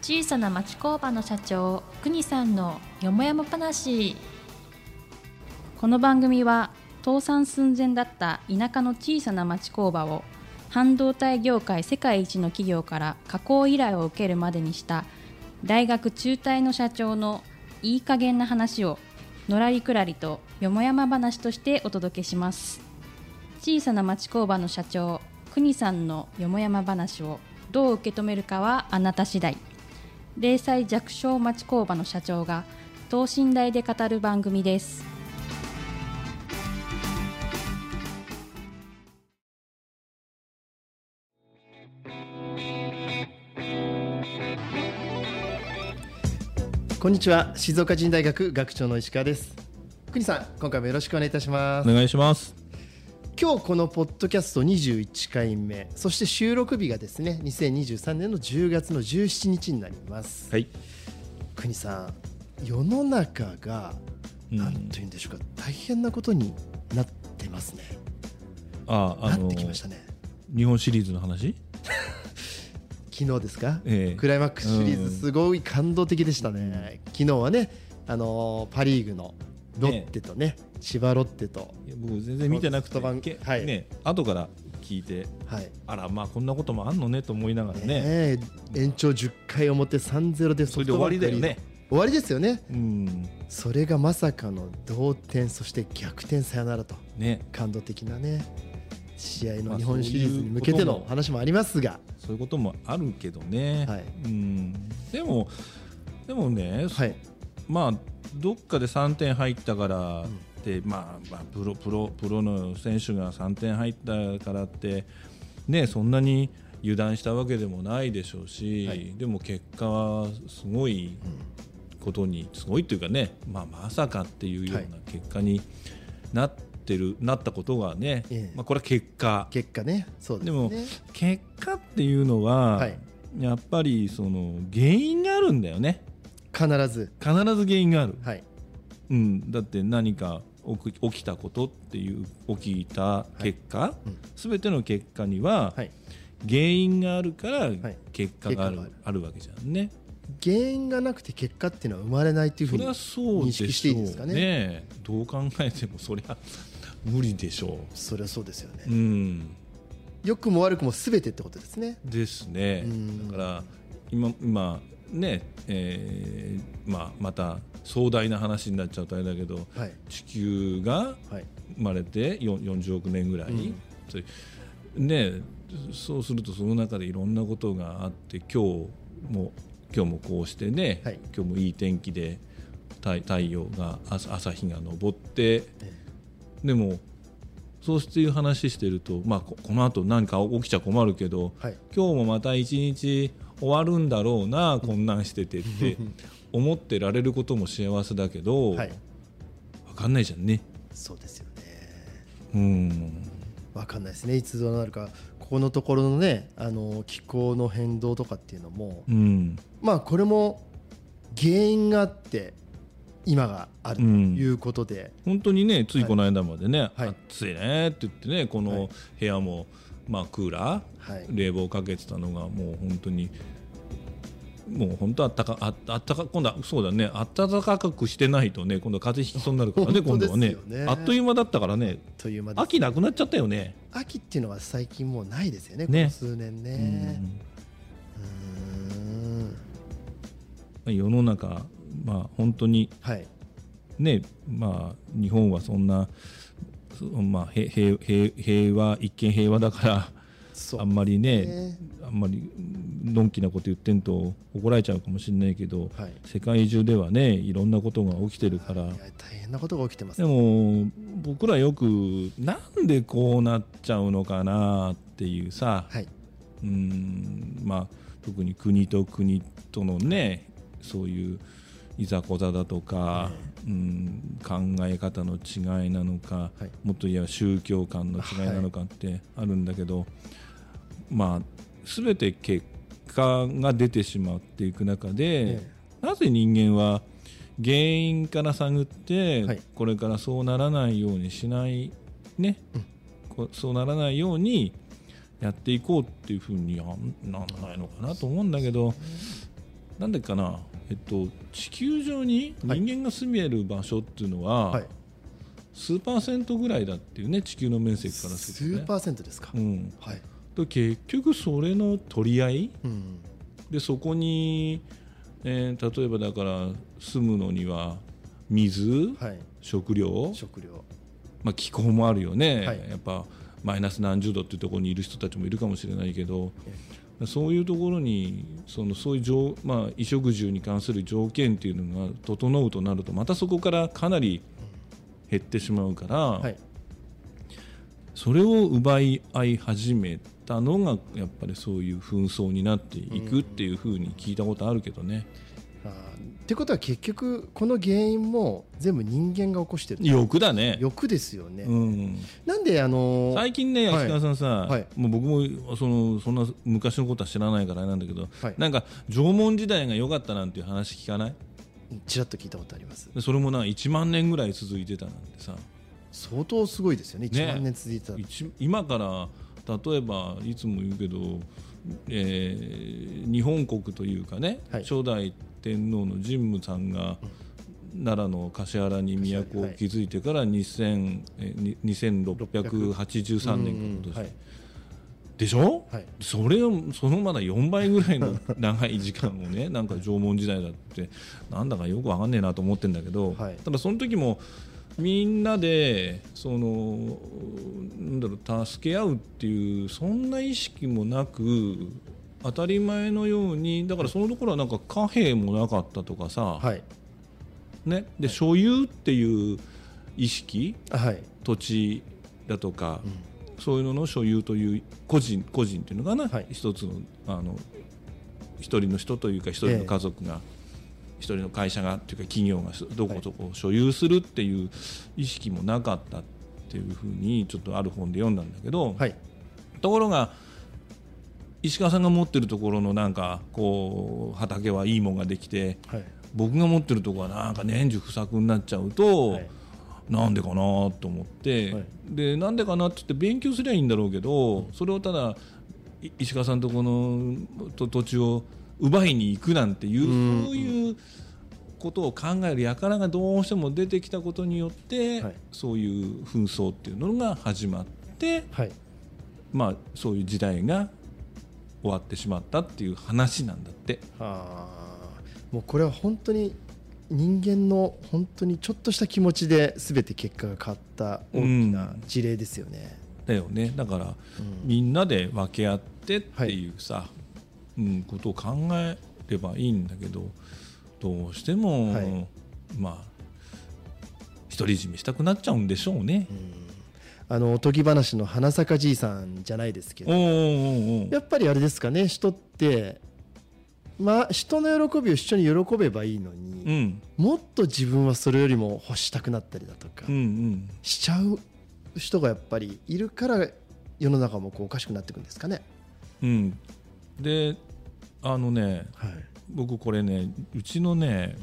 小さな町工場の社長国さんのよもやま話。この番組は倒産寸前だった田舎の小さな町工場を半導体業界世界一の企業から加工依頼を受けるまでにした大学中退の社長のいい加減な話をのらりくらりとよもやま話としてお届けします。小さな町工場の社長国さんのよもやま話をどう受け止めるかはあなた次第。零細弱小町工場の社長が等身大で語る番組です。 こんにちは、静岡人大学学長の石川です。国さん、今回もよろしくお願いいたします。 お願いします。 今日このポッドキャスト21回目、そして収録日がですね2023年の10月の17日になります。 はい。 国さん、世の中が何というんでしょうか、大変なことになってますね。なってきましたね。 日本シリーズの話昨日ですか、クライマックスシリーズすごい感動的でしたね。昨日はね、パリーグのロッテとね、千葉ロッテと。 いや僕全然見てなくて、 はいね、後から聞いて、はい、あらまあこんなこともあんのねと思いながらね、 延長10回表 3-0 でそれで終わりだよね。 終わりですよね。 それがまさかの同点、そして逆転サヨナラと、感動的なね試合の日本シリーズに向けての話もありますが、 そういうこともあるけどね、でもね、まあどっかで3点入ったからって、プロの選手が3点入ったからってね、そんなに油断したわけでもないでしょうし、でも結果はすごいことに、すごいというかね、まさかっていうような結果になったことがね、これは結果ね。そうですね。 でも結果っていうのは、やっぱりその原因があるんだよね。必ず原因がある、だって何か起きたことっていう、起きた結果、全ての結果には原因があるから結果があるわけじゃんね。 原因がなくて結果っていうのは生まれないというふうに認識していいですかね。 どう考えてもそりゃ無理でしょう。 そりゃそうですよね。良くも悪くも全てってことですね。 ですね。だから今ね、また壮大な話になっちゃうとあれだけど、地球が生まれて40億年ぐらい、そうするとその中でいろんなことがあって、今日もこうしてね、今日もいい天気で太陽が朝日が昇って、でもそうしていう話してると、この後何か起きちゃ困るけど、今日もまた一日終わるんだろうな、こんなんしててって思ってられることも幸せだけど、分かんないじゃんね。 そうですよね。分かんないですね、いつどうなるか。ここのところのね、気候の変動とかっていうのも、これも原因があって今があるということで、 本当にね、ついこの間までね、暑いねって言ってね、この部屋もクーラー、冷房かけてたのがもう本当にあったか今度はそうだね、暖かくしてないとね、今度は風邪ひきそうになるからね。今度はね、あっという間だったからね。秋なくなっちゃったよね。 秋っていうのは最近もうないですよね、この数年ね。 世の中、本当にね、日本はそんな、平和、一見平和だからあんまりのんきなこと言ってんと怒られちゃうかもしれないけど、世界中ではね、いろんなことが起きてるから。 大変なことが起きてます。 でも僕らよくなんでこうなっちゃうのかなっていうさ、特に国と国とのね、そういういざこざだとか、考え方の違いなのか、もっと言えば宗教観の違いなのかってあるんだけど、全て結果が出てしまっていく中で、なぜ人間は原因から探って、これからそうならないようにしないね、そうならないようにやっていこうっていうふうになんないのかなと思うんだけど、 なんでかな、地球上に人間が住める場所っていうのは、はい、数%ぐらいだっていうね、地球の面積からすると、ね、 数パーセントですか、 はい、結局それの取り合い、でそこに、例えばだから住むのには水、はい、食料、気候もあるよね、はい、やっぱマイナス何十度っていうところにいる人たちもいるかもしれないけど、そういうところにそういう衣食住に関する条件っていうのが整うとなると、またそこからかなり減ってしまうから、はい、それを奪い合い始めたのがやっぱりそういう紛争になっていくっていうふうに聞いたことあるけどね。 ってことは結局この原因も全部人間が起こしてる。 欲だね。 欲ですよね、なんで最近ね、石川さんさ、はい、もう僕もそんな昔のことは知らないからあれなんだけど、はい、なんか縄文時代が良かったなんていう話聞かない？ ちらっと聞いたことあります。 それも1万年ぐらい続いてたなんてさ、 相当すごいですよね。1万年続いてた、 今から例えばいつも言うけど、日本国というかね、はい、初代天皇の神武さんが奈良の橿原に都を築いてから2683年か、はい、でしょ、はい、そのまだ4倍ぐらいの長い時間をねなんか縄文時代だってなんだかよく分かんねえなと思ってるんだけど、はい、ただその時もみんなでなんだろう、助け合うっていうそんな意識もなく当たり前のように、だからそのところはなんか貨幣もなかったとかさ、はいね、で所有っていう意識、はい、土地だとか、そういうのの所有という個人っていうのかな、はい、一つの一人の人というか一人の家族が、一人の会社がというか企業がどことこ所有するっていう意識もなかったっていうふうにちょっとある本で読んだんだけど、はい、ところが石川さんが持ってるところのなんかこう畑はいいもんができて、はい、僕が持ってるところはなんか年中不作になっちゃうと、はい、なんでかなと思って、はい、でなんでかなって言って勉強すりゃいいんだろうけど、それをただ石川さんとこの土地を奪いに行くなんていう、そういうことを考える輩がどうしても出てきたことによって、はい、そういう紛争っていうのが始まって、はい、そういう時代が終わってしまったっていう話なんだって。 もうこれは本当に人間の本当にちょっとした気持ちで全て結果が変わった大きな事例ですよね。 だよね。だから、みんなで分け合ってっていうさ、ことを考えればいいんだけど、どうしても、はい、独り占めしたくなっちゃうんでしょうね。 おとぎ話の花咲かじいさんじゃないですけど、やっぱりあれですかね、人って人の喜びを一緒に喜べばいいのに、もっと自分はそれよりも欲したくなったりだとか、しちゃう人がやっぱりいるから世の中もこうおかしくなっていくんですかね。 ではい、僕これね、うちのね、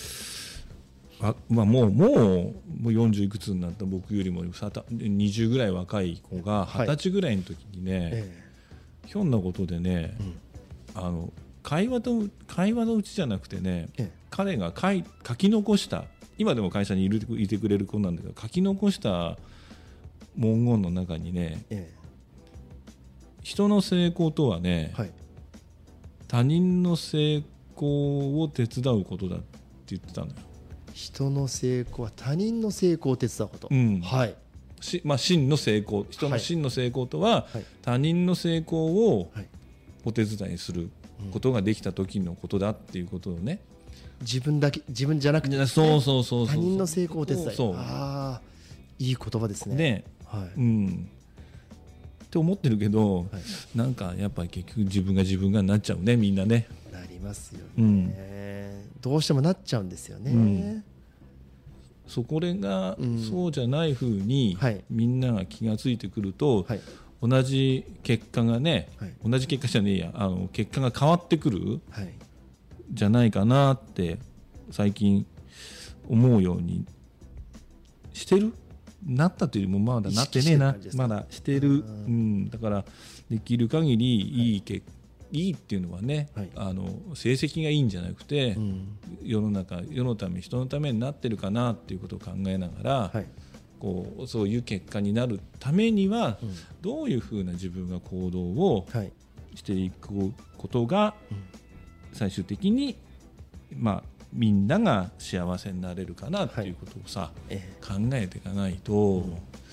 もう40いくつになった僕よりも20ぐらい若い子が20歳ぐらいの時にね、ひょんなことでね、会話のうちじゃなくてね、彼が書き残した、今でも会社にいてくれる子なんだけど、書き残した文言の中にね、人の成功とはね、はい、他人の成功を手伝うことだって言ってたのよ。 人の成功は他人の成功を手伝うこと、はい、 真の成功、人の真の成功とは、はい、他人の成功をお手伝いすることができた時のことだっていうことをね、 自分じゃなくて、 そう他人の成功をお手伝い、いい言葉ですね。はい、 って思ってるけど、はい、なんかやっぱり結局自分がなっちゃうね、みんなね。 なりますよね、どうしてもなっちゃうんですよね、 これが、そうじゃない風に、みんなが気がついてくると、同じ結果がね、同じ結果じゃねえや、結果が変わってくる、じゃないかなって最近思うようにしてる、なったというよりもまだなってねえな、まだしてる、だからできる限りいいいいっていうのはね、はい、成績がいいんじゃなくて、世のため人のためになってるかなっていうことを考えながら、はい、そういう結果になるためには、どういうふうな自分が行動をしていくことが最終的に、みんなが幸せになれるかなっていうことをさ、考えていかないと、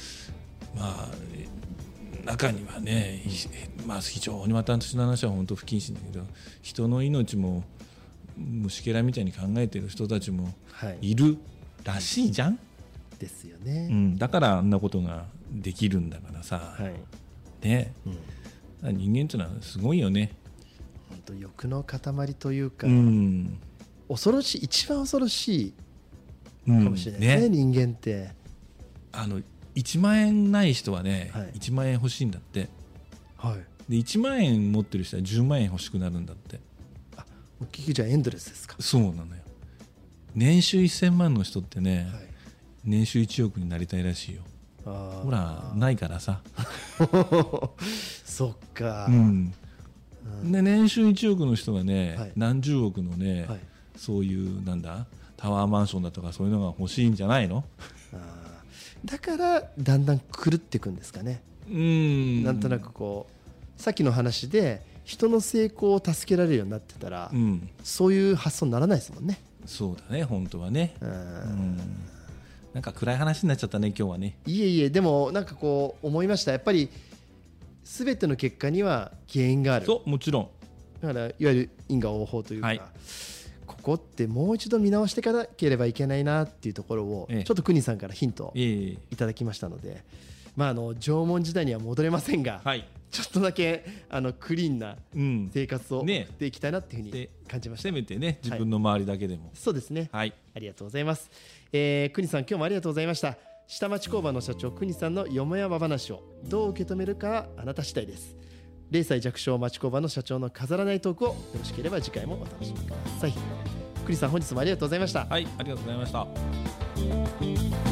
中にはね、非常に私の話は本当不謹慎だけど、人の命も虫けらみたいに考えている人たちもいるらしいじゃん、 ですよね、 だからあんなことができるんだからさ、ね、人間っていうのはすごいよね。 本当欲の塊というか、恐ろしい、一番恐ろしいかもしれないですね、人間って。 1万円ない人はね、1万円欲しいんだって、で1万円持ってる人は10万円欲しくなるんだって。 結局じゃあエンドレスですか。 そうなのよ。年収1000万の人ってね、年収1億になりたいらしいよ。ほらないからさそっか、 で年収1億の人がね、何十億のね、そういうタワーマンションだとかそういうのが欲しいんじゃないの。 だからだんだん狂っていくんですかね。なんとなくさっきの話で人の成功を助けられるようになってたら、そういう発想にならないですもんね。 そうだね、本当はね。なんか暗い話になっちゃったね今日はね。 いえでもなんか思いました。やっぱり全ての結果には原因がある。 そうもちろん。 だからいわゆる因果応報というか、ここってもう一度見直していかなければいけないなっていうところを、ちょっと国さんからヒントいただきましたので、縄文時代には戻れませんが、ちょっとだけクリーンな生活を送っていきたいなっていうふうに感じました。 せめてね、自分の周りだけでも。 そうですね、ありがとうございます。国さん、今日もありがとうございました。下町工場の社長国さんのよもやま話をどう受け止めるかはあなた次第です。0歳弱小町工場の社長の飾らないトークをよろしければ次回もお楽しみください。国さん、本日もありがとうございました。 ありがとうございました。